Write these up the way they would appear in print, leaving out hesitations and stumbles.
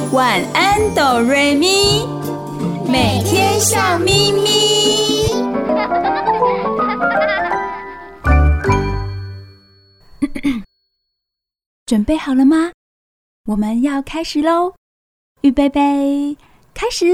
晚安哆瑞咪，每天笑眯眯。准备好了吗？我们要开始咯！预备备，开始。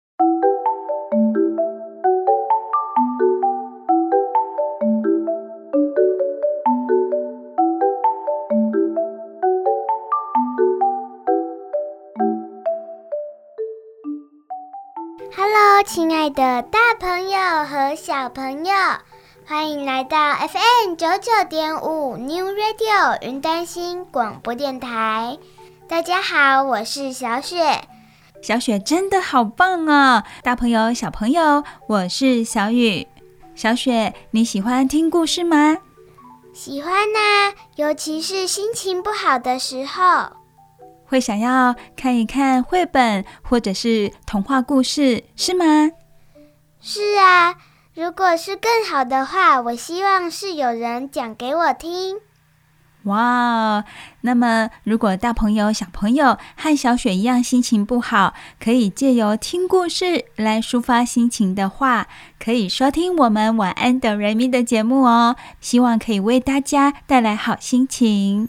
Hello， 亲爱的大朋友和小朋友，欢迎来到 FM 99.5 New Radio 云端新广播电台。大家好，我是小雪。 小雪真的好棒哦！大朋友、小朋友，我是小雨。小雪，你喜欢听故事吗？ 喜欢啊，尤其是心情不好的时候。 会想要看一看绘本或者是童话故事，是吗？ 是啊，如果是更好的话，我希望是有人讲给我听。 哇，那么如果大朋友小朋友和小雪一样心情不好，可以借由听故事来抒发心情的话，可以收听我们晚安哆瑞咪的节目哦，希望可以为大家带来好心情。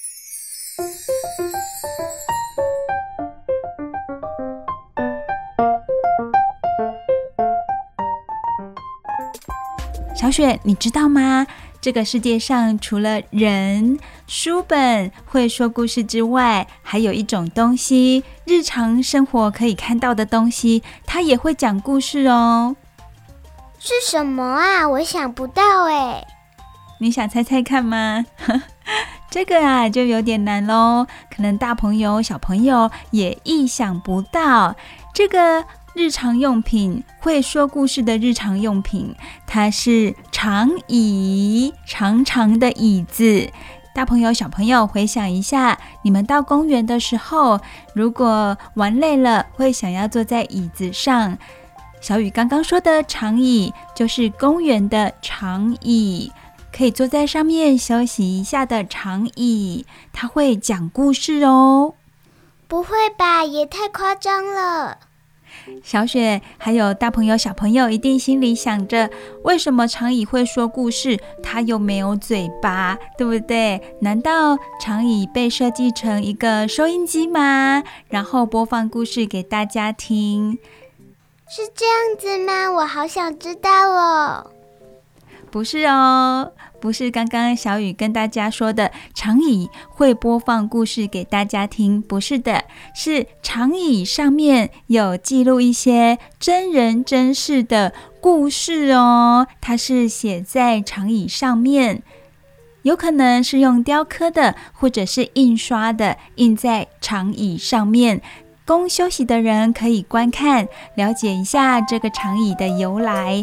小雪，你知道吗？这个世界上除了人、书本会说故事之外，还有一种东西，日常生活可以看到的东西，它也会讲故事哦。 是什么啊？我想不到耶。 你想猜猜看吗？这个啊就有点难咯，可能大朋友小朋友也意想不到。这个日常用品，会说故事的日常用品，它是长椅，长长的椅子。大朋友小朋友回想一下，你们到公园的时候，如果玩累了，会想要坐在椅子上。小雨刚刚说的长椅就是公园的长椅，可以坐在上面休息一下的长椅，它会讲故事哦。 不会吧，也太夸张了。 小雪还有大朋友小朋友一定心里想着，为什么长椅会说故事？它又没有嘴巴，对不对？难道长椅被设计成一个收音机吗？然后播放故事给大家听？ 是这样子吗？我好想知道哦。 不是哦，不是刚刚小雨跟大家说的长椅会播放故事给大家听，不是的，是长椅上面有记录一些真人真事的故事哦，它是写在长椅上面，有可能是用雕刻的或者是印刷的，印在长椅上面，供休息的人可以观看，了解一下这个长椅的由来。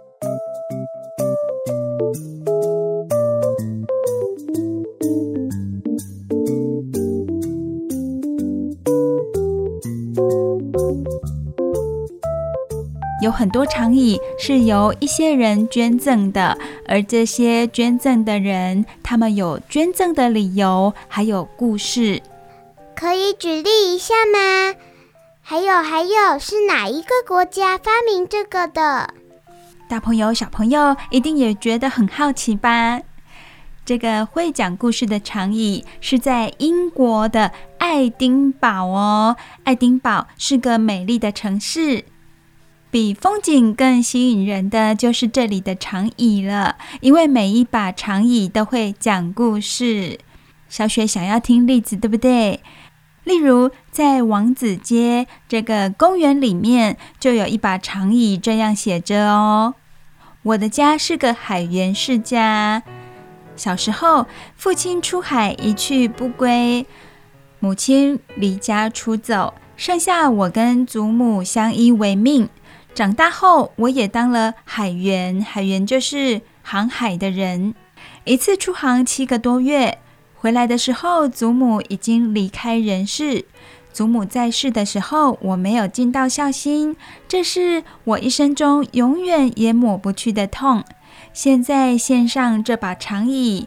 有很多长椅是由一些人捐赠的，而这些捐赠的人，他们有捐赠的理由，还有故事。 可以举例一下吗？还有，是哪一个国家发明这个的？ 大朋友小朋友一定也觉得很好奇吧？这个会讲故事的长椅是在英国的爱丁堡哦。爱丁堡是个美丽的城市，比风景更吸引人的就是这里的长椅了，因为每一把长椅都会讲故事。小雪想要听例子，对不对？例如在王子街这个公园里面，就有一把长椅，这样写着哦：我的家是个海员世家。小时候，父亲出海一去不归，母亲离家出走，剩下我跟祖母相依为命。长大后，我也当了海员，海员就是航海的人。一次出航7个多月，回来的时候，祖母已经离开人世。祖母在世的时候，我没有尽到孝心，这是我一生中永远也抹不去的痛。现在献上这把长椅，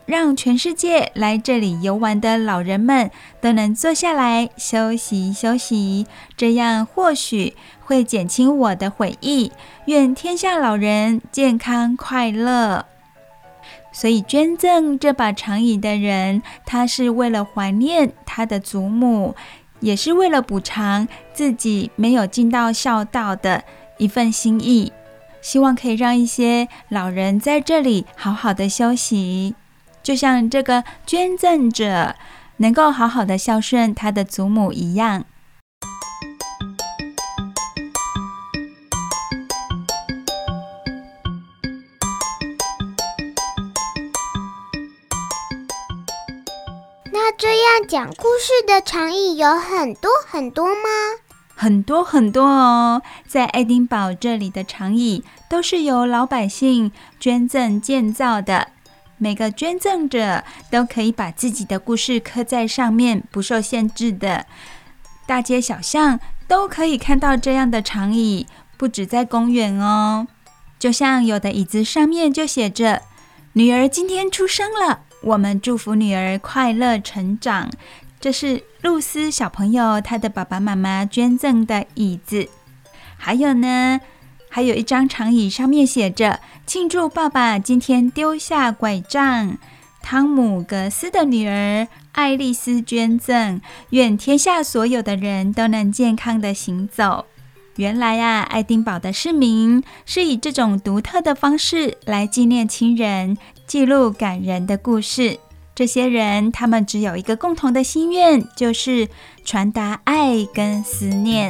让全世界来这里游玩的老人们都能坐下来休息休息，这样或许会减轻我的悔意。愿天下老人健康快乐。所以捐赠这把长椅的人，他是为了怀念他的祖母，也是为了补偿自己没有尽到孝道的一份心意，希望可以让一些老人在这里好好的休息，就像这个捐赠者能够好好的孝顺他的祖母一样。 那这样讲故事的长椅有很多很多吗？ 很多很多哦，在爱丁堡这里的长椅都是由老百姓捐赠建造的，每个捐赠者都可以把自己的故事刻在上面，不受限制的。大街小巷都可以看到这样的长椅，不止在公园哦。就像有的椅子上面就写着“女儿今天出生了，我们祝福女儿快乐成长”。这是露丝小朋友他的爸爸妈妈捐赠的椅子。还有呢，还有一张长椅上面写着庆祝爸爸今天丢下拐杖，汤姆格斯的女儿爱丽丝捐赠，愿天下所有的人都能健康的行走。原来啊，爱丁堡的市民是以这种独特的方式来纪念亲人，记录感人的故事。这些人他们只有一个共同的心愿，就是传达爱跟思念。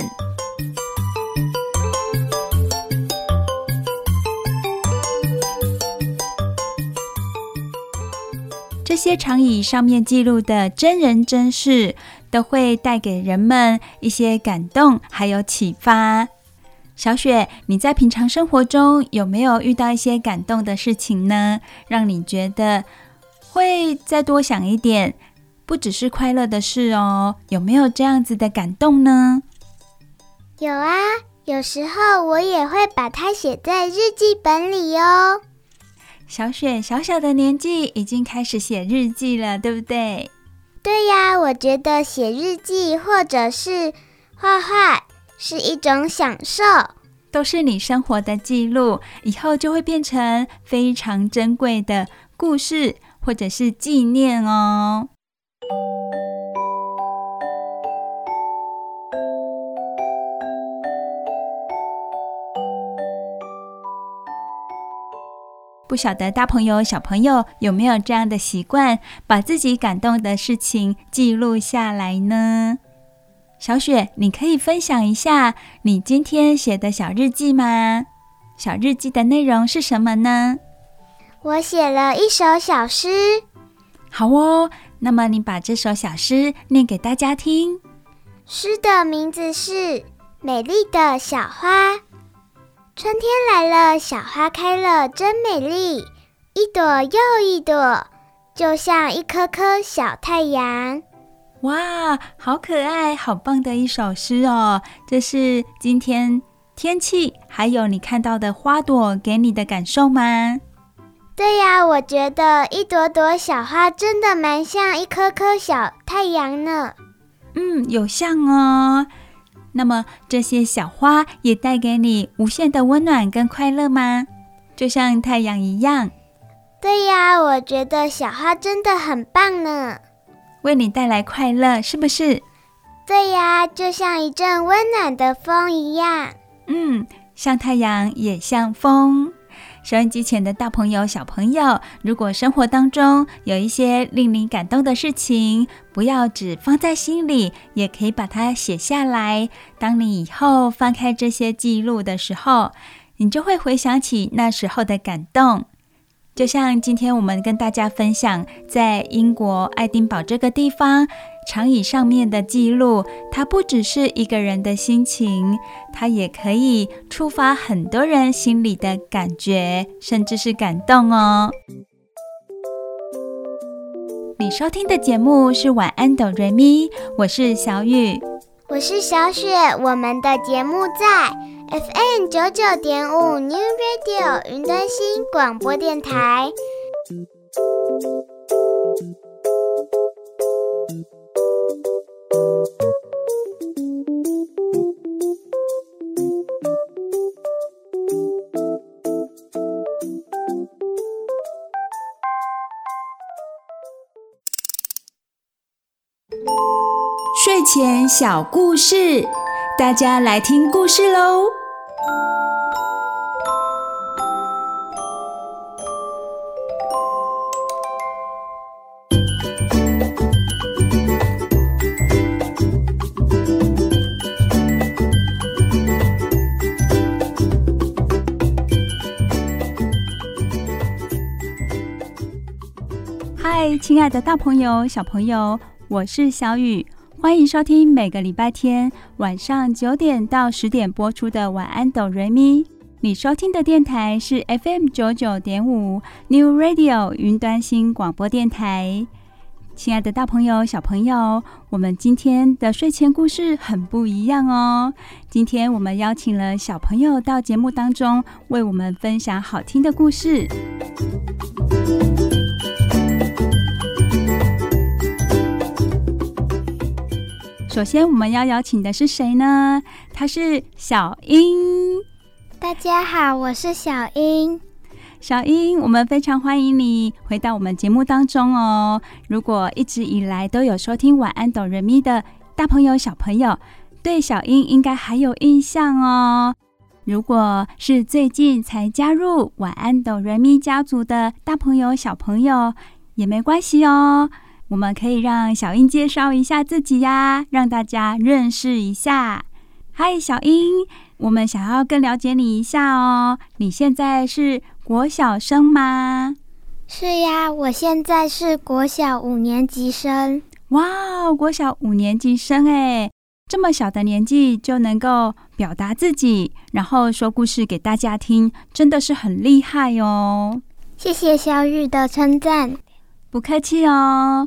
这些长椅上面记录的真人真事，都会带给人们一些感动还有启发。小雪，你在平常生活中有没有遇到一些感动的事情呢？让你觉得会再多想一点，不只是快乐的事哦，有没有这样子的感动呢？ 有啊，有时候我也会把它写在日记本里哦。 小雪小小的年纪已经开始写日记了，对不对？ 对呀，我觉得写日记或者是画画是一种享受， 都是你生活的记录，以后就会变成非常珍贵的故事或者是纪念哦。不晓得大朋友小朋友有没有这样的习惯，把自己感动的事情记录下来呢？小雪，你可以分享一下你今天写的小日记吗？小日记的内容是什么呢？ 我写了一首小诗。 好哦，那么你把这首小诗念给大家听。 诗的名字是《美丽的小花》。春天来了，小花开了，真美丽，一朵又一朵，就像一颗颗小太阳。 哇，好可爱，好棒的一首诗哦！这是今天天气还有你看到的花朵给你的感受吗？ 对呀，我觉得一朵朵小花真的蛮像一颗颗小太阳呢。 有像哦。那么这些小花也带给你无限的温暖跟快乐吗？就像太阳一样。 对呀，我觉得小花真的很棒呢， 为你带来快乐，是不是？ 对呀，就像一阵温暖的风一样。 像太阳也像风。收音机前的大朋友小朋友，如果生活当中有一些令你感动的事情，不要只放在心里，也可以把它写下来。当你以后翻开这些记录的时候，你就会回想起那时候的感动。就像今天我们跟大家分享在英国爱丁堡这个地方长椅上面的记录，它不只是一个人的心情，它也可以触发很多人心里的感觉，甚至是感动哦。你收听的节目是晚安哆瑞咪，我是小雨， 我是小雪。我们的节目在FM 99.5 New Radio 云端新广播电台。 前小故事，大家来听故事喽。嗨，亲爱的大朋友、小朋友，我是小雨，欢迎收聽每個禮拜天晚上9點到10點播出的晚安哆瑞咪。你收聽的電台是 FM99.5 New Radio 雲端新廣播電台。親愛的大朋友、小朋友，我們今天的睡前故事很不一樣哦。今天我們邀請了小朋友到節目當中，為我們分享好聽的故事。首先我们要邀请的是谁呢？她是小英。 大家好，我是小英。 小英，我们非常欢迎你回到我们节目当中哦。如果一直以来都有收听晚安哆瑞咪的大朋友小朋友，对小英应该还有印象哦。如果是最近才加入晚安哆瑞咪家族的大朋友小朋友也没关系哦，我们可以让小英介绍一下自己呀，让大家认识一下。嗨，小英，我们想要更了解你一下哦。你现在是国小生吗？ 是呀，我现在是国小5年级生。 哇，国小5年级生耶，这么小的年纪就能够表达自己，然后说故事给大家听，真的是很厉害哦。 谢谢小雨的称赞。 不客气哦。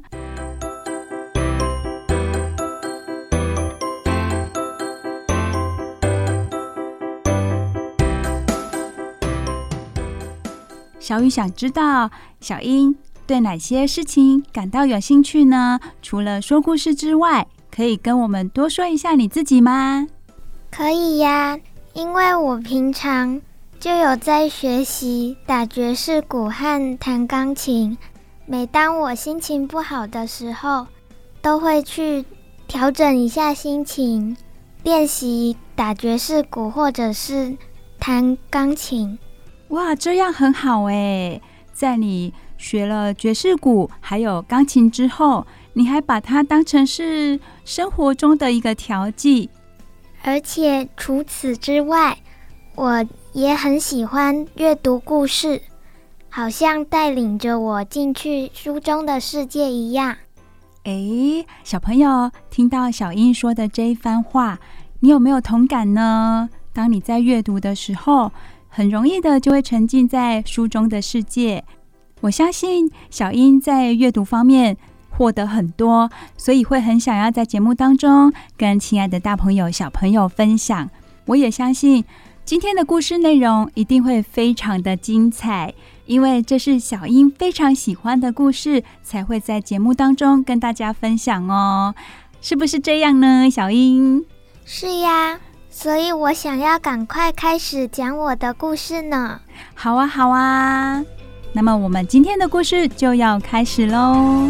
小雨想知道小英对哪些事情感到有兴趣呢？除了说故事之外，可以跟我们多说一下你自己吗？ 可以呀，因为我平常就有在学习打爵士鼓和弹钢琴。每当我心情不好的时候，都会去调整一下心情，练习打爵士鼓或者是弹钢琴。 哇，这样很好耶！在你学了爵士鼓还有钢琴之后，你还把它当成是生活中的一个调剂。 而且除此之外，我也很喜欢阅读故事，好像带领着我进去书中的世界一样。 小朋友听到小英说的这一番话，你有没有同感呢？当你在阅读的时候，很容易的就会沉浸在书中的世界。我相信小英在阅读方面获得很多，所以会很想要在节目当中跟亲爱的大朋友小朋友分享。我也相信今天的故事内容一定会非常的精彩，因为这是小英非常喜欢的故事，才会在节目当中跟大家分享哦。是不是这样呢，小英？ 是呀，所以我想要赶快开始讲我的故事呢。 好啊，好啊。那么我们今天的故事就要开始咯。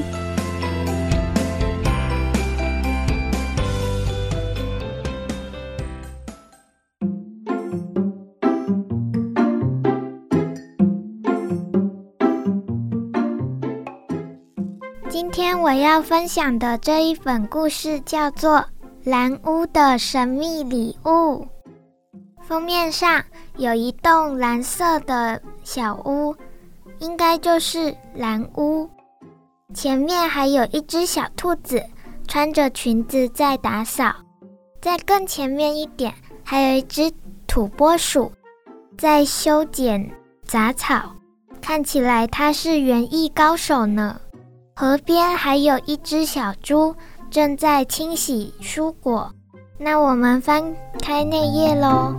今天我要分享的这一本故事叫做《蓝屋的神秘礼物》。封面上有一栋蓝色的小屋，应该就是蓝屋。前面还有一只小兔子穿着裙子在打扫，在更前面一点还有一只土拨鼠在修剪杂草，看起来它是园艺高手呢。河边还有一只小猪正在清洗蔬果。那我们翻开内页咯。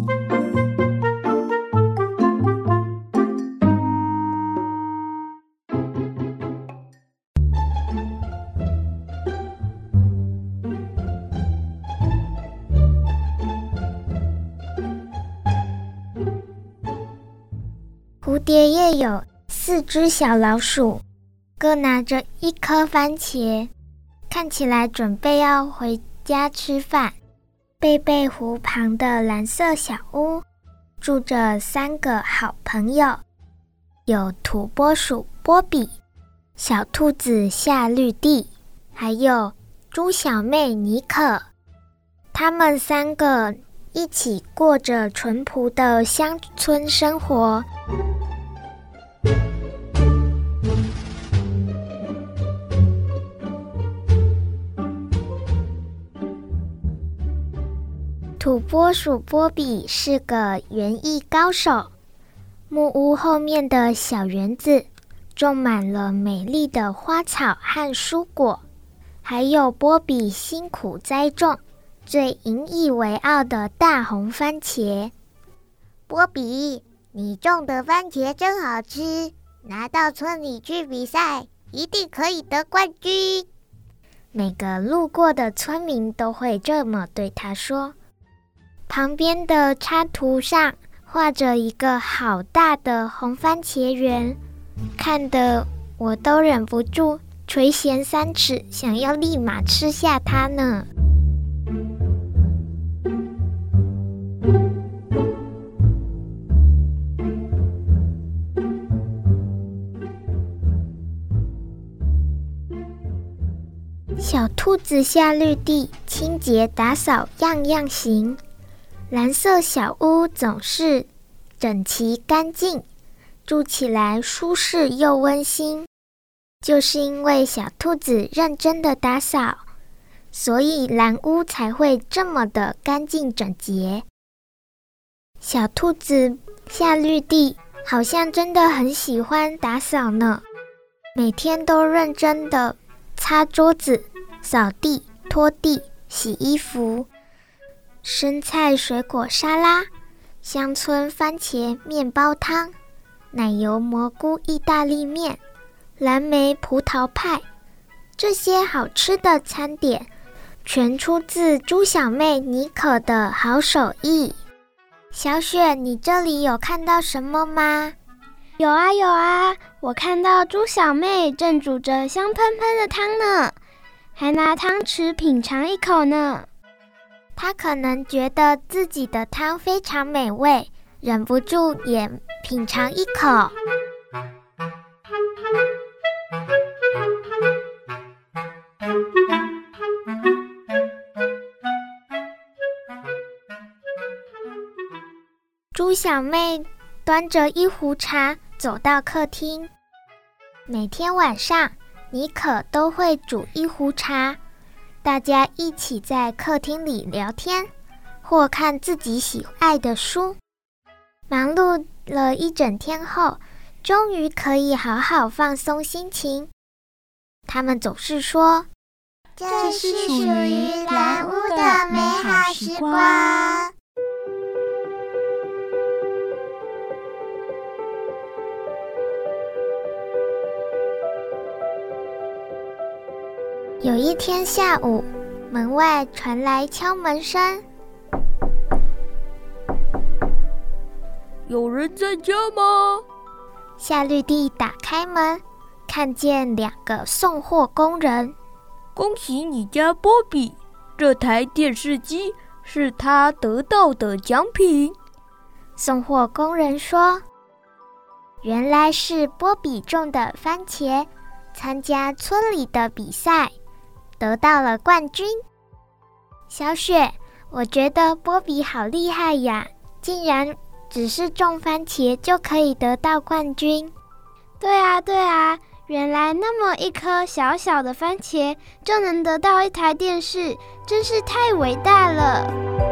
蝴蝶页有4只小老鼠，各拿着1颗番茄， 看起来准备要回家吃饭。贝贝湖旁的蓝色小屋住着3个好朋友，有土拨鼠波比、小兔子夏绿蒂，还有猪小妹妮可。他们3个一起过着淳朴的乡村生活。土拨鼠波比是个园艺高手，木屋后面的小园子种满了美丽的花草和蔬果，还有波比辛苦栽种最引以为傲的大红番茄。 波比，你种的番茄真好吃，拿到村里去比赛，一定可以得冠军。 每个路过的村民都会这么对他说。旁边的插图上画着一个好大的红番茄园，看得我都忍不住垂涎3尺，想要立马吃下它呢。小兔子夏绿蒂清洁打扫样样行，蓝色小屋总是整齐干净，住起来舒适又温馨。就是因为小兔子认真的打扫，所以蓝屋才会这么的干净整洁。小兔子夏绿蒂好像真的很喜欢打扫呢，每天都认真的擦桌子、扫地、拖地、洗衣服。生菜水果沙拉、乡村番茄面包汤、奶油蘑菇意大利面、蓝莓葡萄派，这些好吃的餐点全出自猪小妹妮可的好手艺。小雪，你这里有看到什么吗？ 有啊有啊，我看到猪小妹正煮着香喷喷的汤呢，还拿汤匙品尝一口呢。 她可能觉得自己的汤非常美味，忍不住也品尝一口。猪小妹端着一壶茶走到客厅。每天晚上，妮可都会煮一壶茶，大家一起在客厅里聊天，或看自己喜爱的书。忙碌了一整天后，终于可以好好放松心情。他们总是说， 这是属于蓝屋的美好时光。 有一天下午，门外传来敲门声。 有人在家吗？ 夏绿蒂打开门，看见2个送货工人。 恭喜你家波比，这台电视机是他得到的奖品。 送货工人说，原来是波比种的番茄，参加村里的比赛，得到了冠军。小雪，我觉得波比好厉害呀，竟然只是种番茄就可以得到冠军。 对啊对啊，原来那么一颗小小的番茄就能得到一台电视，真是太伟大了。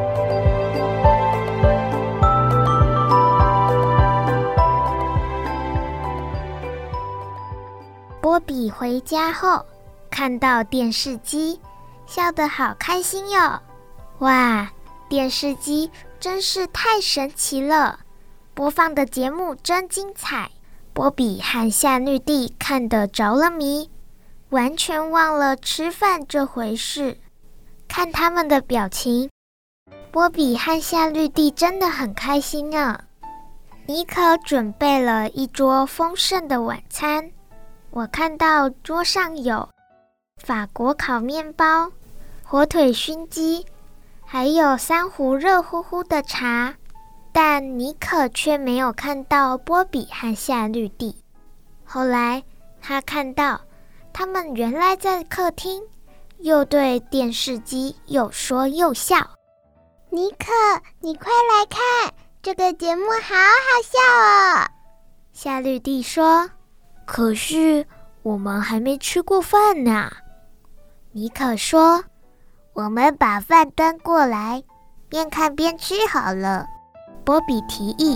波比回家后看到电视机，笑得好开心哟！哇，电视机真是太神奇了，播放的节目真精彩。波比和夏绿蒂看得着了迷，完全忘了吃饭这回事。看他们的表情，波比和夏绿蒂真的很开心啊。妮可准备了一桌丰盛的晚餐，我看到桌上有法国烤面包、火腿熏鸡，还有3壶热乎乎的茶，但尼可却没有看到波比和夏绿蒂。后来他看到他们原来在客厅，又对电视机又说又笑。 尼可，你快来看，这个节目好好笑哦！ 夏绿蒂说：“可是我们还没吃过饭呢。”尼可说：“我们把饭端过来，边看边吃好了。”波比提议。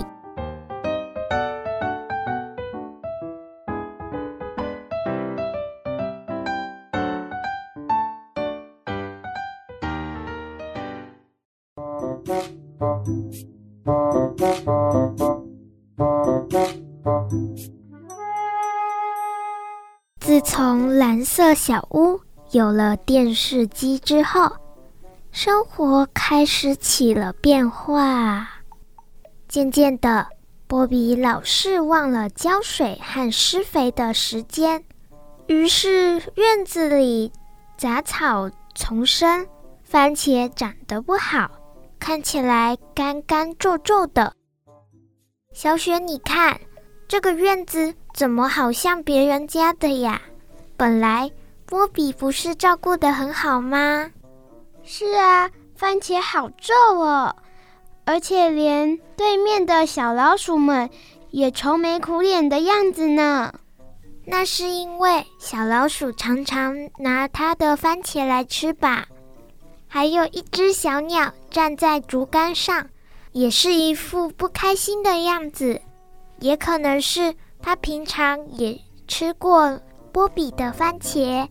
自从蓝色小屋有了电视机之后，生活开始起了变化。渐渐的，波比老是忘了浇水和施肥的时间，于是院子里杂草丛生，番茄长得不好，看起来干干皱皱的。小雪，你看，这个院子怎么好像别人家的呀？本来波比不是照顾得很好吗？ 是啊，番茄好皱哦，而且连对面的小老鼠们也愁眉苦脸的样子呢。 那是因为小老鼠常常拿它的番茄来吃吧。还有一只小鸟站在竹竿上，也是一副不开心的样子，也可能是它平常也吃过波比的番茄。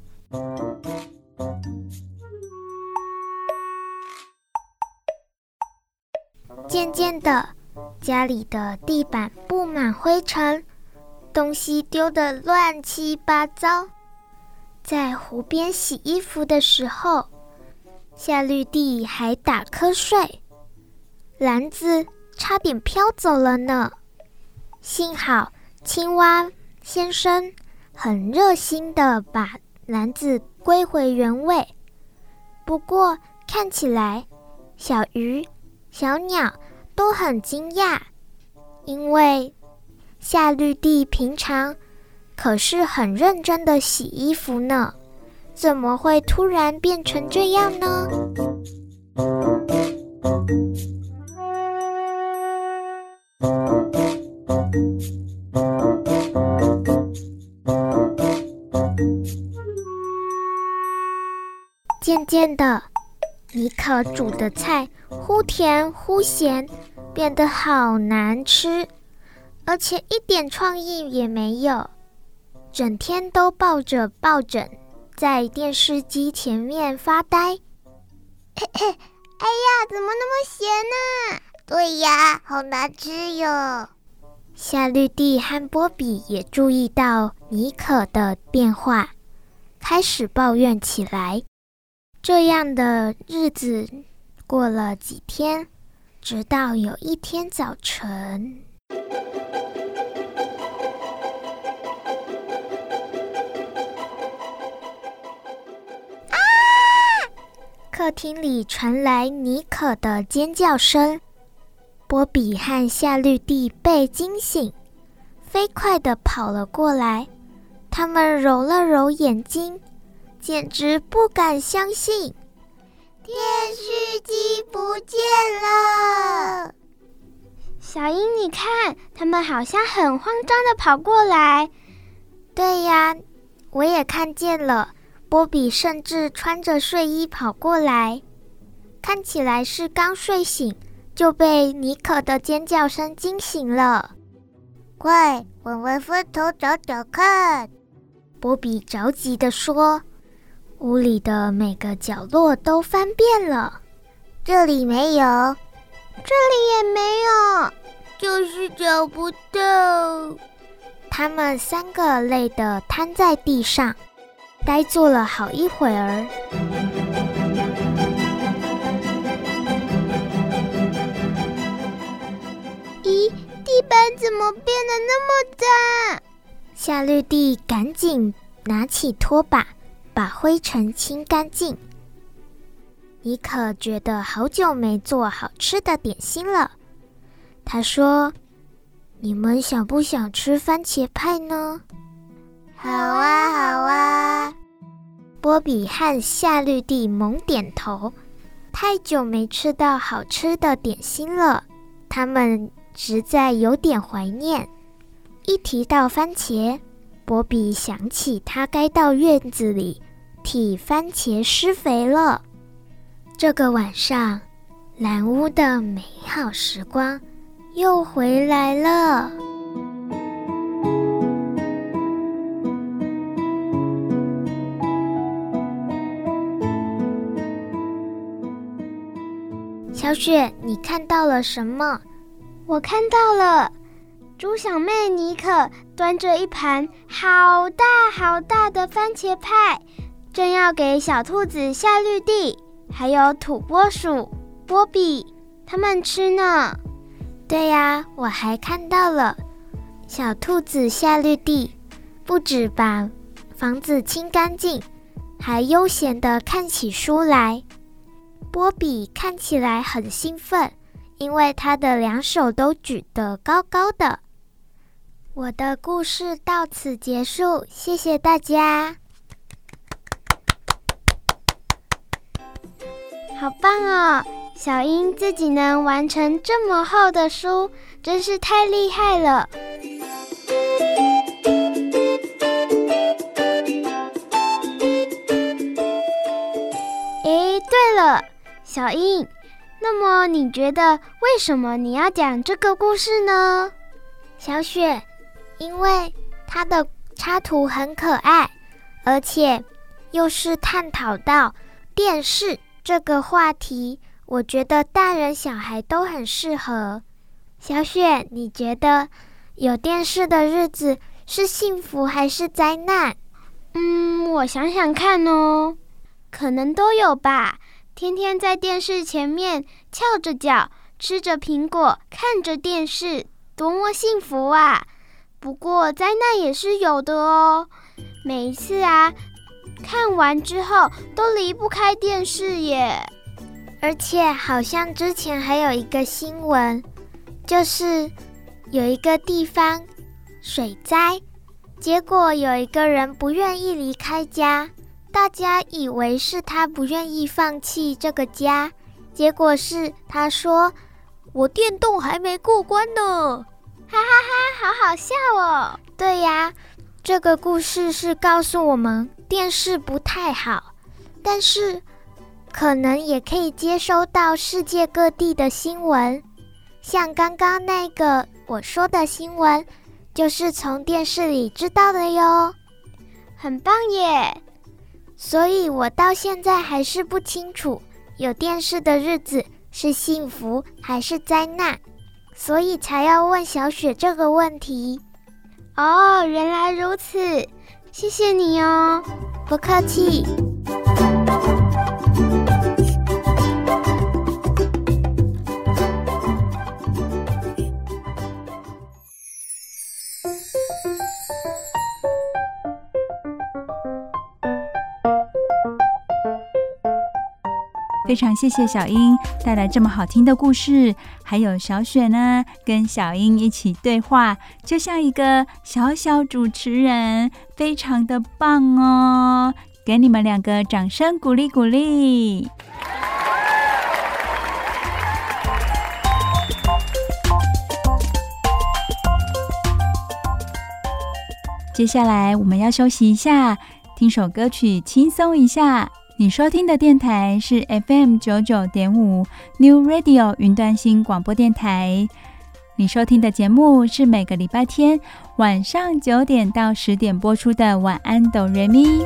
渐渐的，家里的地板布满灰尘，东西丢得乱七八糟。在湖边洗衣服的时候，夏绿蒂还打瞌睡，篮子差点飘走了呢。幸好青蛙先生很热心地把篮子归回原位。不过看起来小鱼、小鸟都很惊讶，因为夏绿蒂平常可是很认真的洗衣服呢，怎么会突然变成这样呢？渐渐的，尼可煮的菜忽甜忽咸，变得好难吃，而且一点创意也没有，整天都抱着抱枕在电视机前面发呆。 哎呀，怎么那么咸啊？ 对呀，好难吃哟。夏绿蒂和波比也注意到尼可的变化，开始抱怨起来。这样的日子过了几天，直到有一天早晨，客厅里传来尼可的尖叫声。波比和夏绿蒂被惊醒，飞快地跑了过来。他们揉了揉眼睛，简直不敢相信， 电视机不见了！小英，你看，他们好像很慌张地跑过来。 对呀，我也看见了。波比甚至穿着睡衣跑过来，看起来是刚睡醒，就被尼可的尖叫声惊醒了。快，我们分头找找看！波比着急地说。屋里的每个角落都翻遍了，这里没有， 这里也没有， 就是找不到。他们3个累得瘫在地上，呆坐了好一会儿。 咦，地板怎么变得那么脏？ 夏绿蒂赶紧拿起拖把， 把灰尘清干净。妮可觉得好久没做好吃的点心了，她说：“你们想不想吃番茄派呢？”“ 好啊，好啊。” 波比和夏绿蒂猛点头。太久没吃到好吃的点心了，他们实在有点怀念。一提到番茄，波比想起他该到院子里替番茄施肥了。这个晚上，蓝屋的美好时光又回来了。小雪，你看到了什么？ 我看到了，猪小妹妮可端着一盘好大好大的番茄派，正要给小兔子夏绿蒂还有土拨鼠波比他们吃呢。 对呀，我还看到了，小兔子夏绿蒂不止把房子清干净，还悠闲地看起书来。波比看起来很兴奋，因为他的两手都举得高高的。我的故事到此结束，谢谢大家。 好棒哦！小英自己能完成这么厚的书，真是太厉害了。对了，小英，那么你觉得为什么你要讲这个故事呢？ 小雪，因为它的插图很可爱，而且又是探讨到电视这个话题，我觉得大人小孩都很适合。小雪，你觉得有电视的日子是幸福还是灾难？ 我想想看哦，可能都有吧。天天在电视前面翘着脚，吃着苹果，看着电视，多么幸福啊！不过灾难也是有的哦。每一次看完之后都离不开电视耶。 而且好像之前还有一个新闻，就是有一个地方水灾，结果有一个人不愿意离开家，大家以为是他不愿意放弃这个家，结果是他说：“我电动还没过关呢。” 哈哈哈，好好笑哦。 对呀，这个故事是告诉我们电视不太好，但是可能也可以接收到世界各地的新闻。像刚刚那个我说的新闻，就是从电视里知道的哟。 很棒耶。 所以我到现在还是不清楚有电视的日子是幸福还是灾难，所以才要问小雪这个问题。 哦，原来如此，谢谢你哦。 不客气。 非常谢谢小英带来这么好听的故事，还有小雪呢跟小英一起对话，就像一个小小主持人，非常的棒哦！给你们两个掌声鼓励鼓励。接下来我们要休息一下，听首歌曲轻松一下。你收听的电台是 FM99.5 New Radio 云端新广播电台。你收听的节目是每个礼拜天晚上9点到10点播出的晚安哆瑞咪。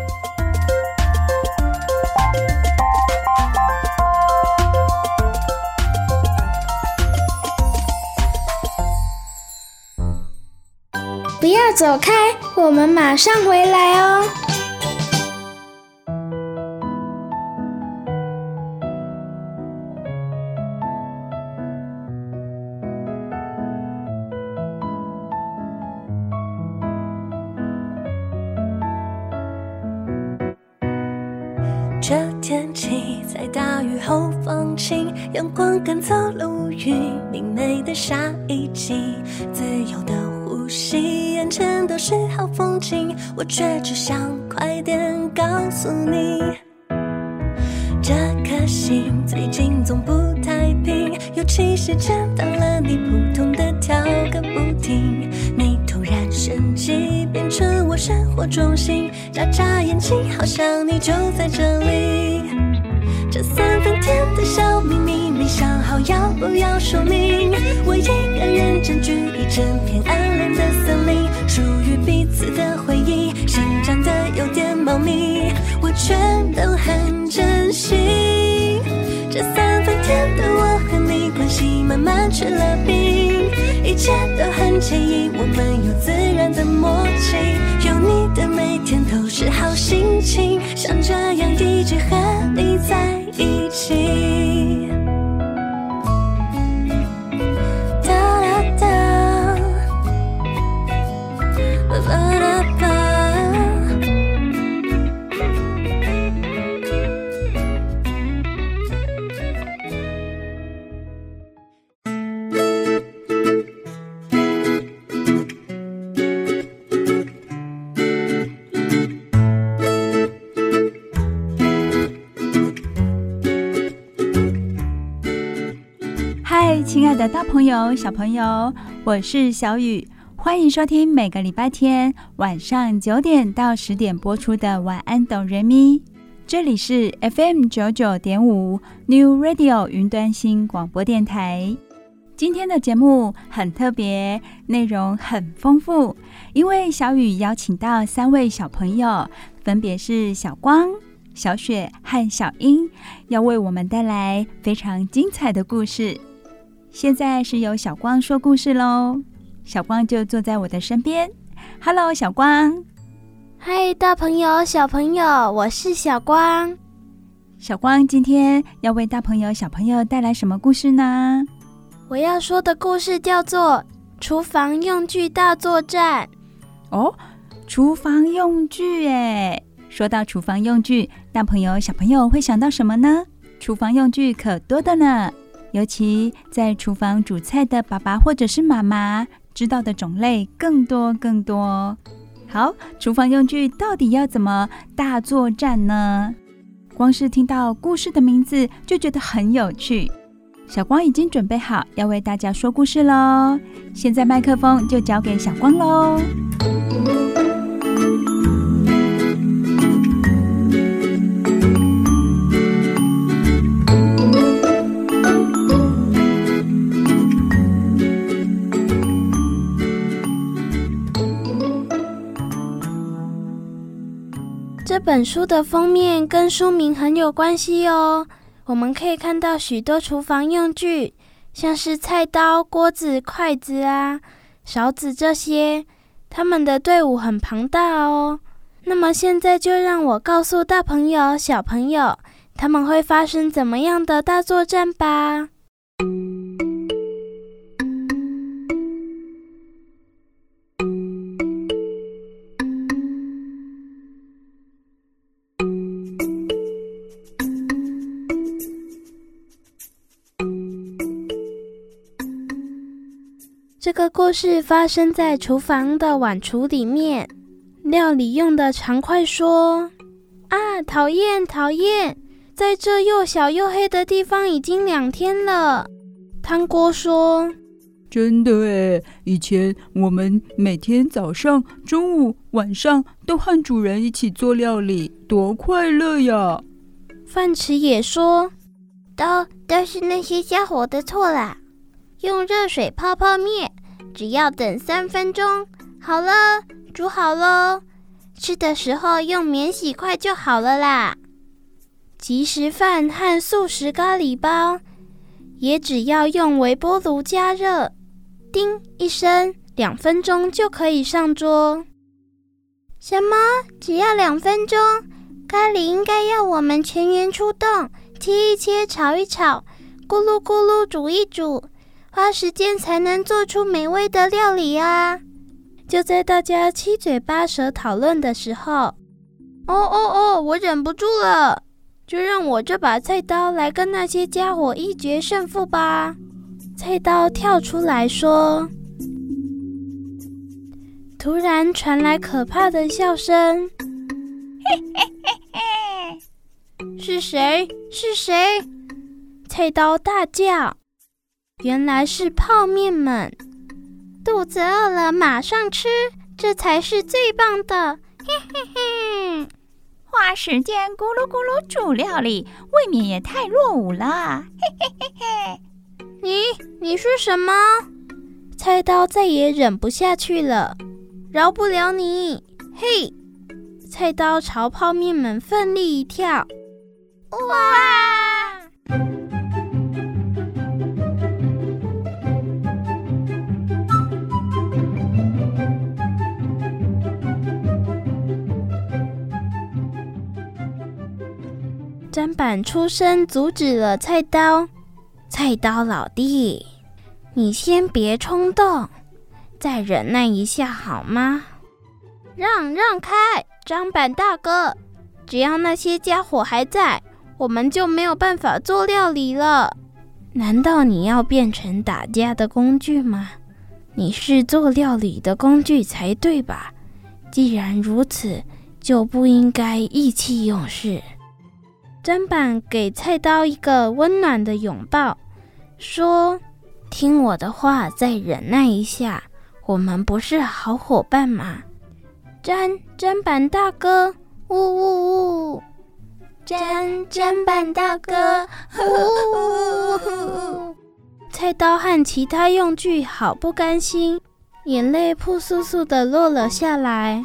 不要走开，我们马上回来哦。 这天气在大雨后放晴，阳光赶走了乌云，明媚的下一季，自由的呼吸，眼前都是好风景，我却只想快点告诉你，这颗心最近总不太平，尤其是见到了你，扑通的跳个不停，你突然升级变成我生活中心，眨眨眼睛好像你就在这里，这3分甜的小秘密没想好要不要说明，我一个人占据一整片暗恋的森林，属于彼此的回忆生长得有点茂密，我全都很珍惜，这3分甜的我和你关系慢慢吃了冰，一切都很惬意，我们有自然的默契，有你的每天都是好心情，像这样一直和你在一起，哒哒哒，哒哒哒。 嗨，亲爱的大朋友小朋友，我是小雨，欢迎收听每个礼拜天晚上9点到10点播出的晚安哆瑞咪，这里是 FM 99.5 New Radio 云端新广播电台。今天的节目很特别，内容很丰富，因为小雨邀请到3位小朋友，分别是小光、小雪和小英，要为我们带来非常精彩的故事。现在是由小光说故事咯，小光就坐在我的身边。 Hello 小光。 嗨，大朋友小朋友，我是小光。 小光今天要为大朋友小朋友带来什么故事呢？ 我要说的故事叫做厨房用具大作战。 哦，厨房用具耶。说到厨房用具，大朋友小朋友会想到什么呢？厨房用具可多的呢，尤其在厨房煮菜的爸爸或者是妈妈，知道的种类更多更多。好，厨房用具到底要怎么大作战呢？光是听到故事的名字就觉得很有趣。小光已经准备好要为大家说故事咯，现在麦克风就交给小光咯。 这本书的封面跟书名很有关系哦。我们可以看到许多厨房用具，像是菜刀、锅子、筷子啊、勺子这些，他们的队伍很庞大哦。那么现在就让我告诉大朋友、小朋友，他们会发生怎么样的大作战吧。这个故事发生在厨房的碗橱里面。料理用的长筷说：啊，讨厌讨厌，在这又小又黑的地方已经2天了。汤锅说： 真的耶，以前我们每天早上、中午、晚上都和主人一起做料理，多快乐呀。 饭匙也说： 都是那些家伙的错啦。用热水泡泡面，只要等3分钟，好了，煮好咯。吃的时候用免洗筷就好了啦。 即食饭和速食咖喱包，也只要用微波炉加热，叮一声，2分钟就可以上桌。 什么？只要2分钟？咖喱应该要我们全员出动，切一切，炒一炒，咕噜咕噜煮一煮，花时间才能做出美味的料理啊！ 就在大家七嘴八舌讨论的时候，我忍不住了！ 就让我这把菜刀来跟那些家伙一决胜负吧。菜刀跳出来说。突然传来可怕的笑声，嘿嘿嘿嘿！是谁？是谁？菜刀大叫。原来是泡面们。肚子饿了马上吃，这才是最棒的！嘿嘿嘿！ 花时间咕噜咕噜煮料理，未免也太落伍了！嘿嘿嘿嘿！ 你说什么？菜刀再也忍不下去了，饶不了你！嘿！菜刀朝泡面们奋力一跳，哇！砧板出声阻止了菜刀。菜刀老弟，你先别冲动，再忍耐一下好吗？让开，砧板大哥，只要那些家伙还在，我们就没有办法做料理了。难道你要变成打架的工具吗？你是做料理的工具才对吧？既然如此，就不应该意气用事。砧板给菜刀一个温暖的拥抱，说：听我的话，再忍耐一下，我们不是好伙伴吗？砧板大哥，呜呜呜！砧板大哥，呜呜呜！菜刀和其他用具好不甘心，眼泪扑簌簌地落了下来。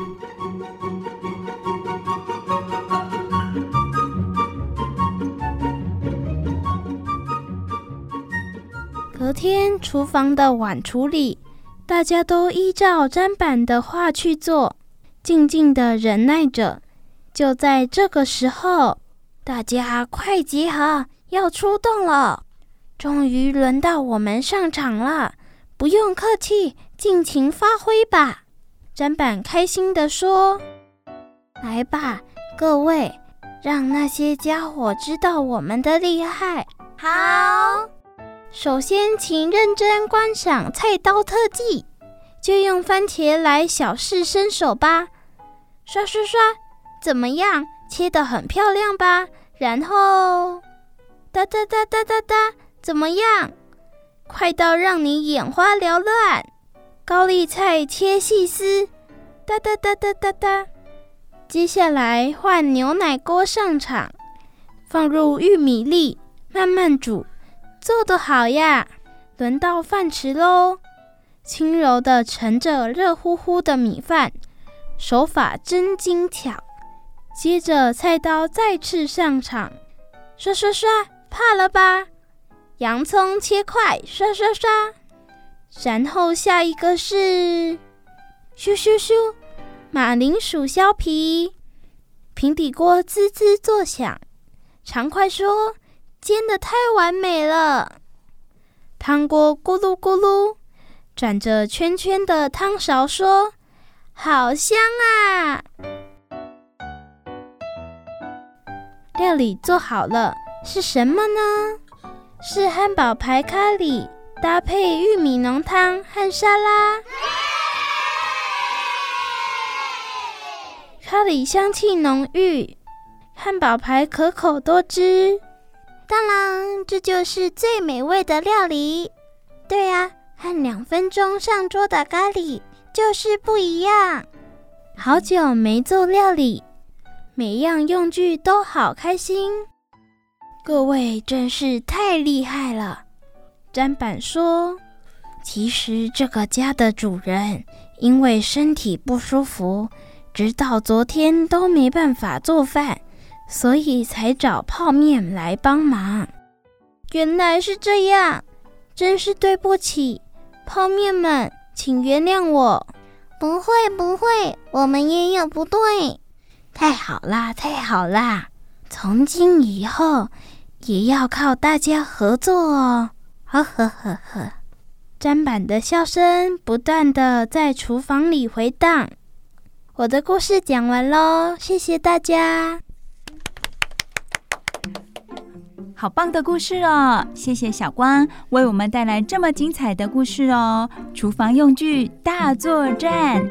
隔天，厨房的碗橱里，大家都依照砧板的话去做，静静地忍耐着。就在这个时候，大家快集合，要出动了！终于轮到我们上场了，不用客气，尽情发挥吧！砧板开心地说：来吧，各位，让那些家伙知道我们的厉害。好。首先，请认真观赏菜刀特技，就用番茄来小试身手吧。刷刷刷，怎么样？切得很漂亮吧？然后，哒哒哒哒哒哒，怎么样？快到让你眼花缭乱。高丽菜切细丝，哒哒哒哒哒哒。接下来换牛奶锅上场，放入玉米粒，慢慢煮。做得好呀！轮到饭池咯，轻柔地盛着热乎乎的米饭，手法真精巧。接着菜刀再次上场，刷刷刷，怕了吧？洋葱切块，刷刷刷。然后下一个是咻咻咻，马铃薯削皮。平底锅滋滋作响，长快说：煎得太完美了！汤锅咕噜咕噜，转着圈圈的汤勺说：好香啊！料理做好了，是什么呢？是汉堡排咖喱，搭配玉米浓汤和沙拉。咖喱香气浓郁，汉堡排可口多汁。当然，这就是最美味的料理。对啊，和2分钟上桌的咖喱就是不一样。好久没做料理，每样用具都好开心。各位真是太厉害了。砧板说，其实这个家的主人因为身体不舒服，直到昨天都没办法做饭，所以才找泡面来帮忙。原来是这样，真是对不起，泡面们，请原谅我。 不会不会，我们也有不对。 太好啦，太好啦！从今以后也要靠大家合作哦。呵呵呵呵。砧板的笑声不断地在厨房里回荡。我的故事讲完咯，谢谢大家。 好棒的故事哦！谢谢小光为我们带来这么精彩的故事哦。厨房用具大作战。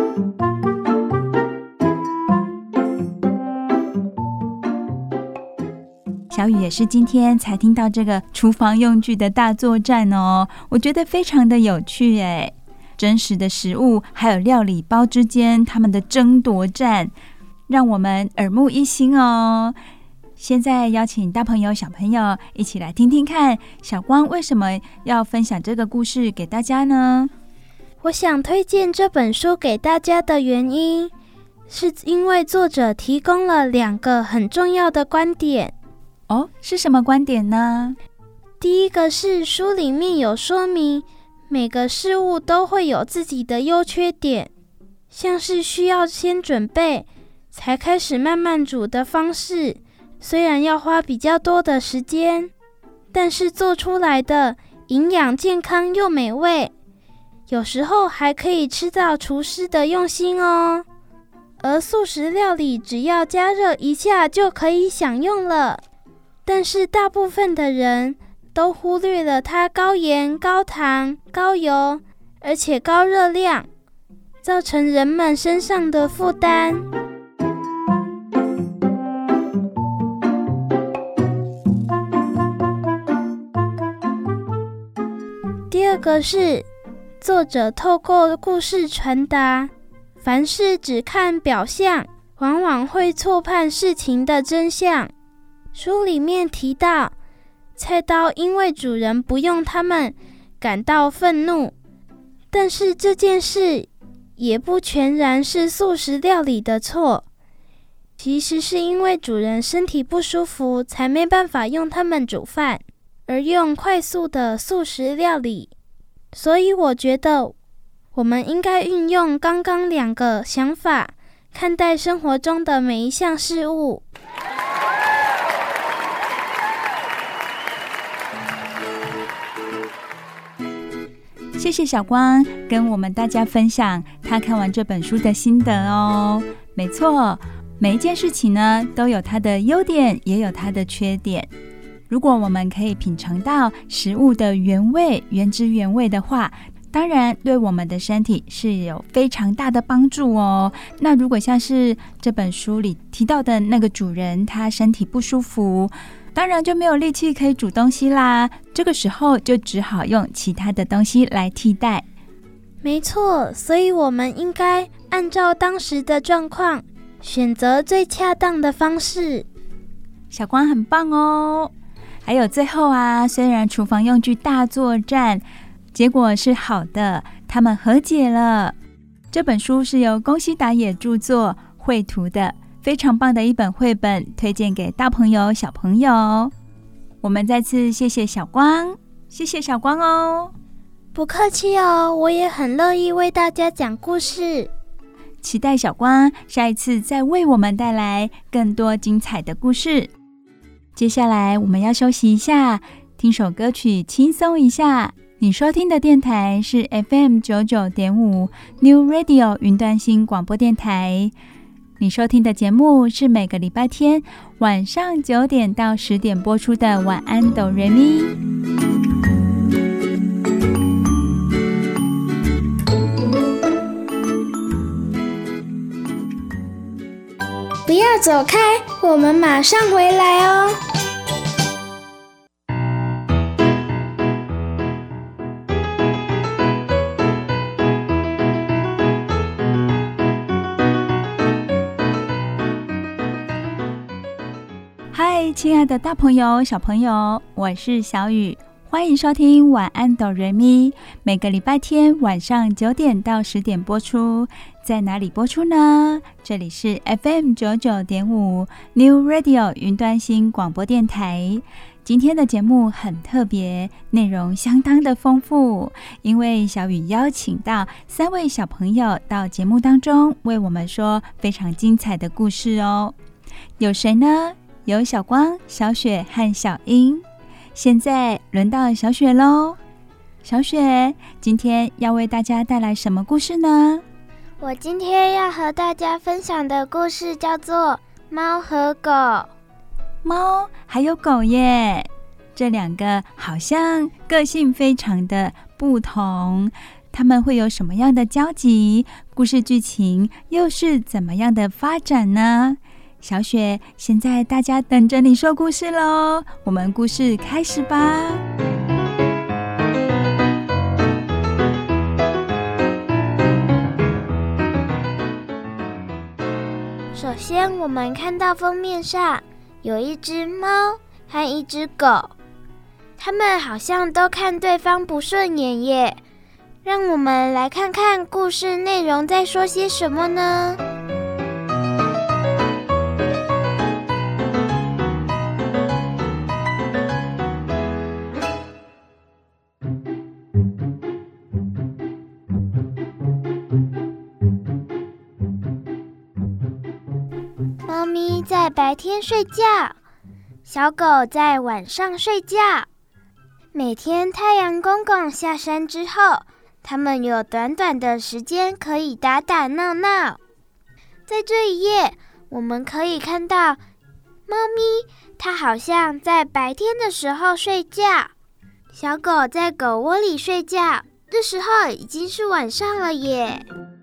小雨也是今天才听到这个厨房用具的大作战哦，我觉得非常的有趣耶。真实的食物还有料理包之间他们的争夺战，让我们耳目一新哦。现在邀请大朋友小朋友一起来听听看，小光为什么要分享这个故事给大家呢？ 我想推荐这本书给大家的原因，是因为作者提供了2个很重要的观点。 哦，是什么观点呢？ 第一个是书里面有说明，每个事物都会有自己的优缺点，像是需要先准备才开始慢慢煮的方式，虽然要花比较多的时间，但是做出来的营养健康又美味，有时候还可以吃到厨师的用心哦。而素食料理只要加热一下就可以享用了，但是大部分的人都忽略了它高盐、高糖、高油，而且高热量，造成人们身上的负担。第二个是作者透过故事传达，凡事只看表象，往往会错判事情的真相。书里面提到，菜刀因为主人不用它们感到愤怒，但是这件事也不全然是素食料理的错，其实是因为主人身体不舒服才没办法用它们煮饭，而用快速的素食料理。所以我觉得我们应该运用刚刚2个想法，看待生活中的每一项事物。 谢谢小光跟我们大家分享他看完这本书的心得哦。没错，每一件事情呢都有它的优点，也有它的缺点。如果我们可以品尝到食物的原味、原汁原味的话，当然对我们的身体是有非常大的帮助哦。那如果像是这本书里提到的那个主人，他身体不舒服，当然就没有力气可以煮东西啦，这个时候就只好用其他的东西来替代。 没错，所以我们应该按照当时的状况，选择最恰当的方式。 小光很棒哦。还有最后啊，虽然厨房用具大作战结果是好的，他们和解了。这本书是由宫西达也著作、绘图的，非常棒的一本绘本，推荐给大朋友小朋友。我们再次谢谢小光，谢谢小光哦。 不客气哦，我也很乐意为大家讲故事。 期待小光下一次再为我们带来更多精彩的故事。接下来我们要休息一下，听首歌曲轻松一下。你收听的电台是 FM99.5 New Radio 云端新广播电台。你收听的节目是每个礼拜天晚上9点到10点播出的晚安哆瑞咪。 不要走开，我们马上回来哦。 嗨，亲爱的大朋友小朋友，我是小雨，欢迎收听晚安哆瑞咪，每个礼拜天晚上9点到10点播出。在哪里播出呢？这里是 FM99.5 New Radio 云端新广播电台。今天的节目很特别，内容相当的丰富，因为小雨邀请到3位小朋友到节目当中为我们说非常精彩的故事哦。有谁呢？有小光、小雪和小英。现在轮到小雪咯。小雪，今天要为大家带来什么故事呢？ 我今天要和大家分享的故事叫做《猫和狗》。 猫还有狗耶。这2个好像个性非常的不同，他们会有什么样的交集？故事剧情又是怎么样的发展呢？小雪，现在大家等着你说故事咯，我们故事开始吧。 首先，我们看到封面上有一只猫和一只狗，他们好像都看对方不顺眼耶。让我们来看看故事内容在说些什么呢？猫咪在白天睡觉，小狗在晚上睡觉。每天太阳公公下山之后，它们有短短的时间可以打打闹闹。在这一页，我们可以看到猫咪，它好像在白天的时候睡觉，小狗在狗窝里睡觉，这时候已经是晚上了耶。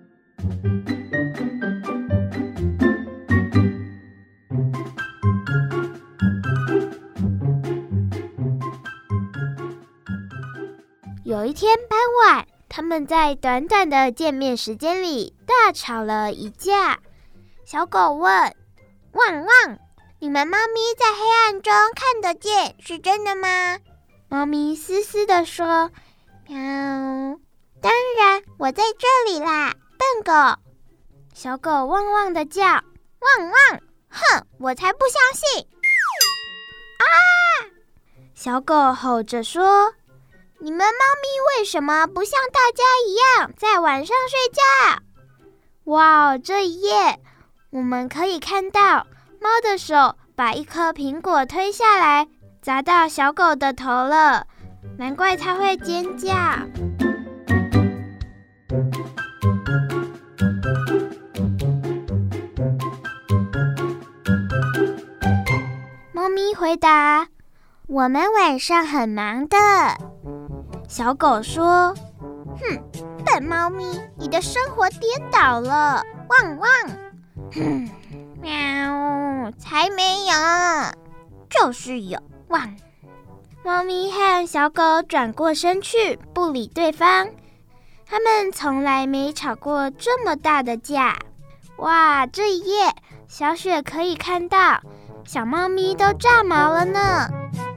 有一天傍晚，他们在短短的见面时间里大吵了一架。小狗问：汪汪，你们猫咪在黑暗中看得见，是真的吗？猫咪嘶嘶地说：喵，当然，我在这里啦，笨狗。小狗汪汪地叫：汪汪，哼，我才不相信！啊！小狗吼着说：你们猫咪为什么不像大家一样在晚上睡觉？哇，这一页我们可以看到猫的手把一颗苹果推下来，砸到小狗的头了，难怪它会尖叫。猫咪回答：我们晚上很忙的。小狗说：哼，笨猫咪，你的生活颠倒了，汪汪。哼，喵，才没有，就是有，汪。猫咪和小狗转过身去，不理对方。他们从来没吵过这么大的架。哇，这一页小雪可以看到小猫咪都炸毛了呢。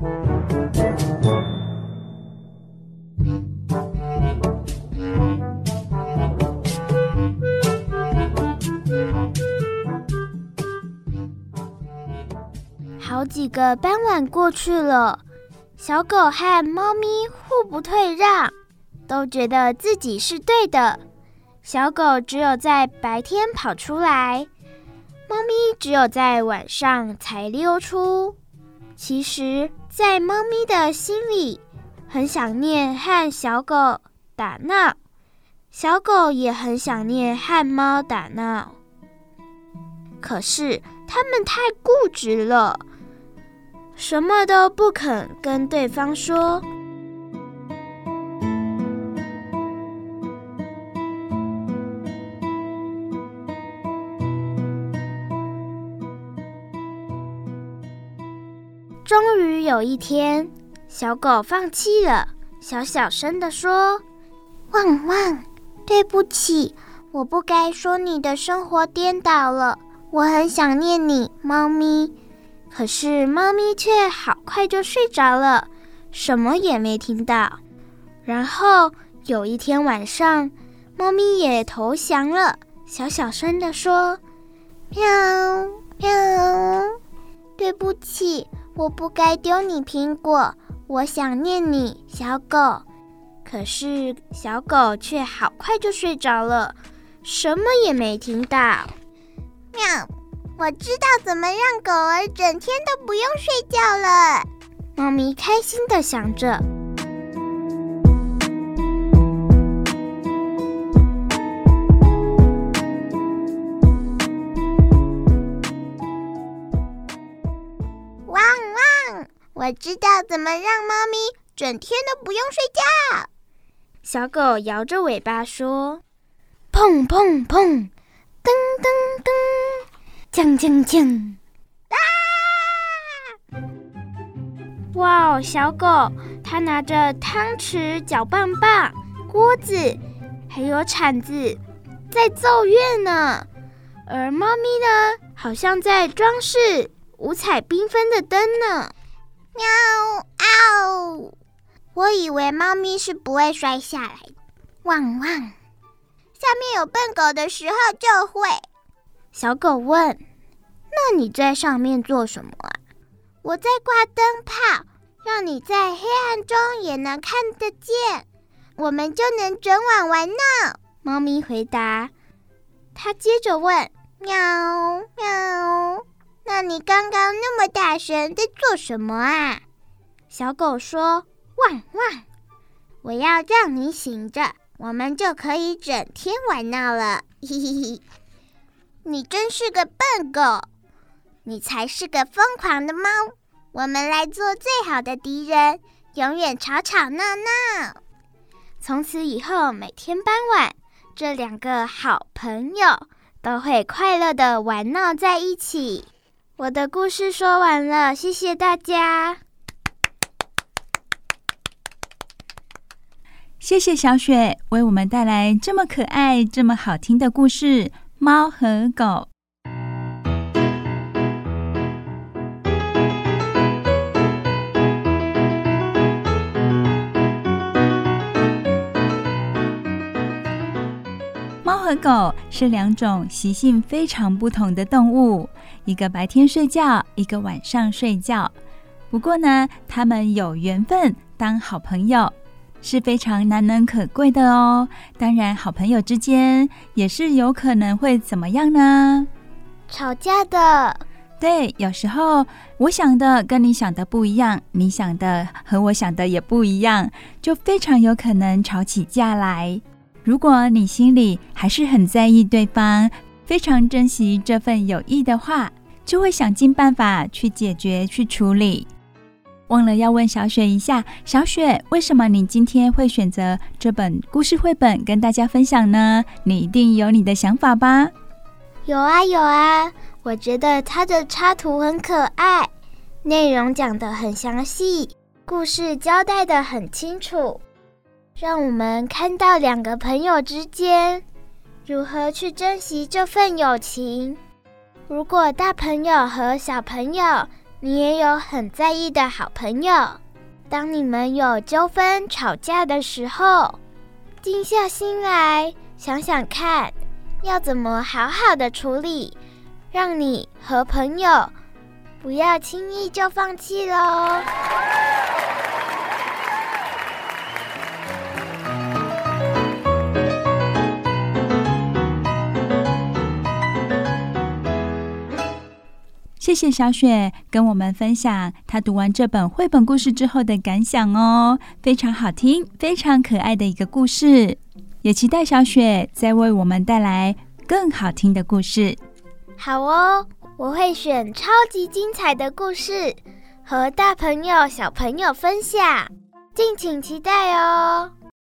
好几个傍晚过去了，小狗和猫咪互不退让，都觉得自己是对的。小狗只有在白天跑出来，猫咪只有在晚上才溜出。其实，在猫咪的心里，很想念和小狗打闹，小狗也很想念和猫打闹。可是，它们太固执了，什么都不肯跟对方说。终于有一天，小狗放弃了，小声地说：汪汪，对不起，我不该说你的生活颠倒了，我很想念你，猫咪。可是猫咪却好快就睡着了，什么也没听到。然后有一天晚上，猫咪也投降了，小声地说：喵喵，对不起，我不该丢你苹果，我想念你，小狗。可是小狗却好快就睡着了，什么也没听到。喵，我知道怎么让狗儿整天都不用睡觉了。猫咪开心地想着。哇我知道怎么让猫咪整天都不用睡觉。 小狗摇着尾巴说：砰砰砰，噔噔噔，锵锵锵！哇，小狗它拿着汤匙、搅拌棒、锅子，还有铲子，在奏乐呢。而猫咪呢，好像在装饰五彩缤纷的灯呢。 喵嗷！我以为猫咪是不会摔下来的。汪汪！下面有笨狗的时候就会。 小狗问：那你在上面做什么啊？ 我在挂灯泡，让你在黑暗中也能看得见，我们就能整晚玩闹。 猫咪回答。它接着问： 喵喵，那你刚刚那么大声在做什么啊？ 小狗说：汪汪， 我要让你醒着，我们就可以整天玩闹了。嘿嘿嘿，你真是个笨狗，你才是个疯狂的猫。我们来做最好的敌人，永远吵吵闹闹。 从此以后，每天傍晚，这两个好朋友都会快乐的玩闹在一起。我的故事说完了，谢谢大家。 谢谢小雪为我们带来这么可爱、这么好听的故事《猫和狗》。猫和狗是两种习性非常不同的动物，一个白天睡觉，一个晚上睡觉。不过呢，它们有缘分当好朋友，是非常难能可贵的哦。当然，好朋友之间也是有可能会怎么样呢？ 吵架的。 对，有时候我想的跟你想的不一样，你想的和我想的也不一样，就非常有可能吵起架来。如果你心里还是很在意对方，非常珍惜这份友谊的话，就会想尽办法去解决、去处理。忘了要问小雪一下，小雪，为什么你今天会选择这本故事绘本跟大家分享呢？你一定有你的想法吧？ 有啊有啊，我觉得它的插图很可爱，内容讲得很详细，故事交代得很清楚，让我们看到两个朋友之间如何去珍惜这份友情。如果大朋友和小朋友，你也有很在意的好朋友，当你们有纠纷吵架的时候，静下心来想想看，要怎么好好的处理，让你和朋友不要轻易就放弃咯。 谢谢小雪跟我们分享她读完这本绘本故事之后的感想哦，非常好听，非常可爱的一个故事，也期待小雪再为我们带来更好听的故事。 好哦，我会选超级精彩的故事和大朋友小朋友分享，敬请期待哦。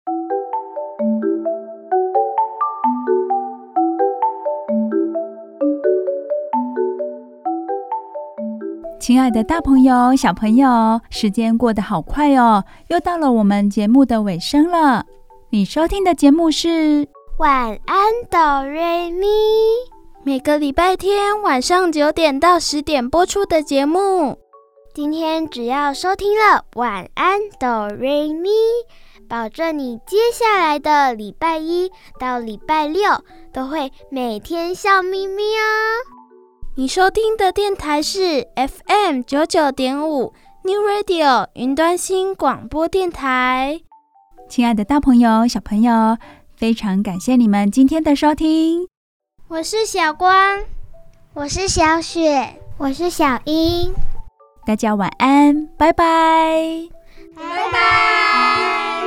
亲爱的大朋友小朋友，时间过得好快哦，又到了我们节目的尾声了。你收听的节目是晚安哆瑞咪， 每个礼拜天晚上9点到10点播出的节目。 今天只要收听了晚安哆瑞咪，保证你接下来的礼拜1到礼拜6都会每天笑眯眯哦。 你收听的电台是 FM 99.5 New Radio 云端新广播电台。 亲爱的大朋友小朋友，非常感谢你们今天的收听。 我是小光，我是小雪，我是小英， 大家晚安，拜拜， 拜拜。